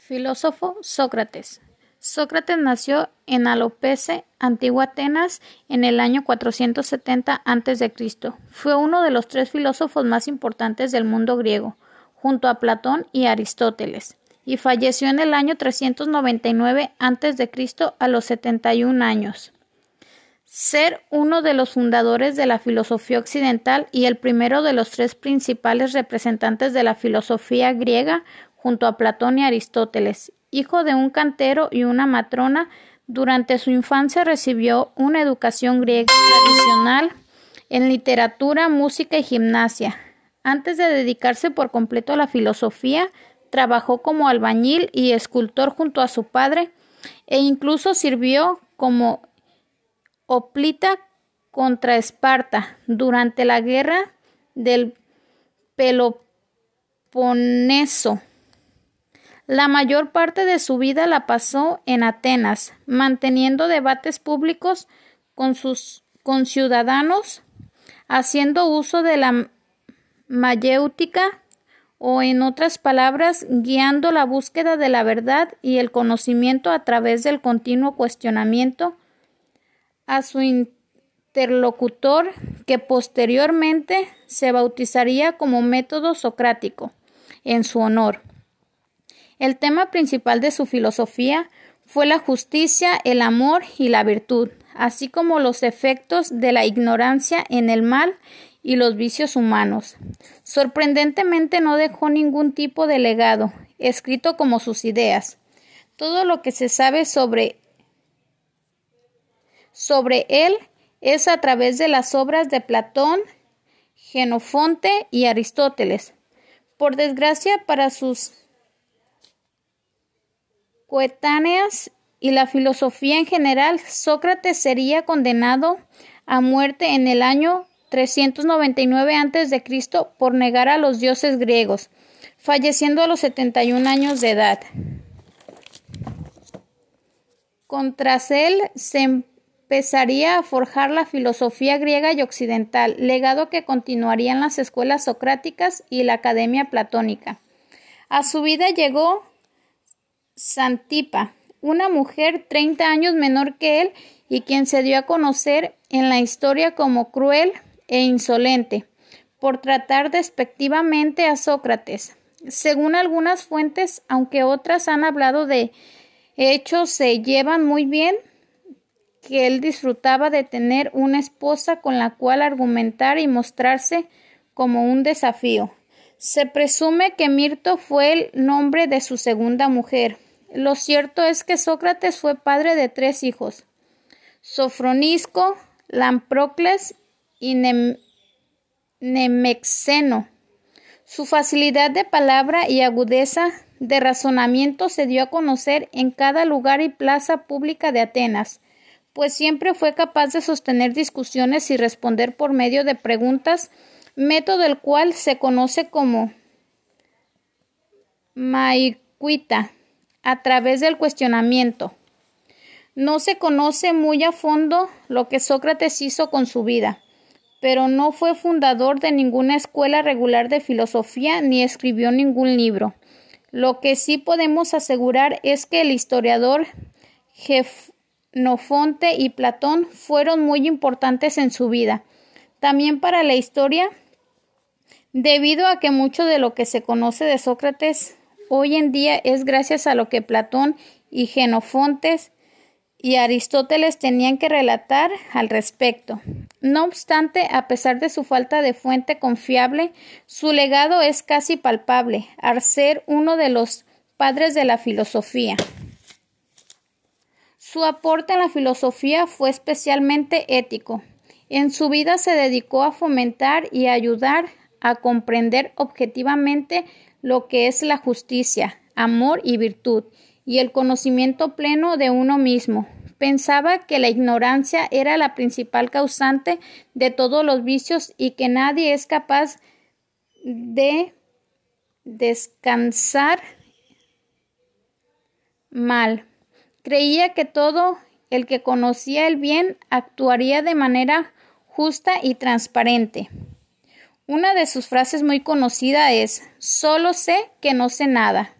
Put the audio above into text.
Filósofo Sócrates. Sócrates nació en Alopece, Antigua Atenas, en el año 470 a.C. Fue uno de los tres filósofos más importantes del mundo griego, junto a Platón y Aristóteles, y falleció en el año 399 a.C. a los 71 años. Ser uno de los fundadores de la filosofía occidental y el primero de los tres principales representantes de la filosofía griega, junto a Platón y Aristóteles. Hijo de un cantero y una matrona, durante su infancia recibió una educación griega tradicional en literatura, música y gimnasia. Antes de dedicarse por completo a la filosofía, trabajó como albañil y escultor junto a su padre e incluso sirvió como hoplita contra Esparta durante la guerra del Peloponeso. La mayor parte de su vida la pasó en Atenas, manteniendo debates públicos con sus conciudadanos, haciendo uso de la mayéutica, o en otras palabras, guiando la búsqueda de la verdad y el conocimiento a través del continuo cuestionamiento a su interlocutor, que posteriormente se bautizaría como método socrático, en su honor. El tema principal de su filosofía fue la justicia, el amor y la virtud, así como los efectos de la ignorancia en el mal y los vicios humanos. Sorprendentemente no dejó ningún tipo de legado, escrito como sus ideas. Todo lo que se sabe sobre él es a través de las obras de Platón, Jenofonte y Aristóteles. Por desgracia para sus coetáneas y la filosofía en general, Sócrates sería condenado a muerte en el año 399 a.C. por negar a los dioses griegos, falleciendo a los 71 años de edad. Tras él se empezaría a forjar la filosofía griega y occidental, legado que continuarían las escuelas socráticas y la academia platónica. A su vida llegó Xantipa, una mujer 30 años menor que él y quien se dio a conocer en la historia como cruel e insolente por tratar despectivamente a Sócrates. Según algunas fuentes, aunque otras han hablado de hechos se llevan muy bien, que él disfrutaba de tener una esposa con la cual argumentar y mostrarse como un desafío. Se presume que Mirto fue el nombre de su segunda mujer. Lo cierto es que Sócrates fue padre de 3 hijos: Sofronisco, Lamprocles y Nemexeno. Su facilidad de palabra y agudeza de razonamiento se dio a conocer en cada lugar y plaza pública de Atenas, pues siempre fue capaz de sostener discusiones y responder por medio de preguntas, método el cual se conoce como maiquita, a través del cuestionamiento. No se conoce muy a fondo lo que Sócrates hizo con su vida, pero no fue fundador de ninguna escuela regular de filosofía ni escribió ningún libro. Lo que sí podemos asegurar es que el historiador Jenofonte y Platón fueron muy importantes en su vida, también para la historia, debido a que mucho de lo que se conoce de Sócrates hoy en día es gracias a lo que Platón y Jenofonte y Aristóteles tenían que relatar al respecto. No obstante, a pesar de su falta de fuente confiable, su legado es casi palpable, al ser uno de los padres de la filosofía. Su aporte en la filosofía fue especialmente ético. En su vida se dedicó a fomentar y ayudar a comprender objetivamente lo que es la justicia, amor y virtud, y el conocimiento pleno de uno mismo. Pensaba que la ignorancia era la principal causante de todos los vicios y que nadie es capaz de descansar mal. Creía que todo el que conocía el bien actuaría de manera justa y transparente. Una de sus frases muy conocida es: «Solo sé que no sé nada».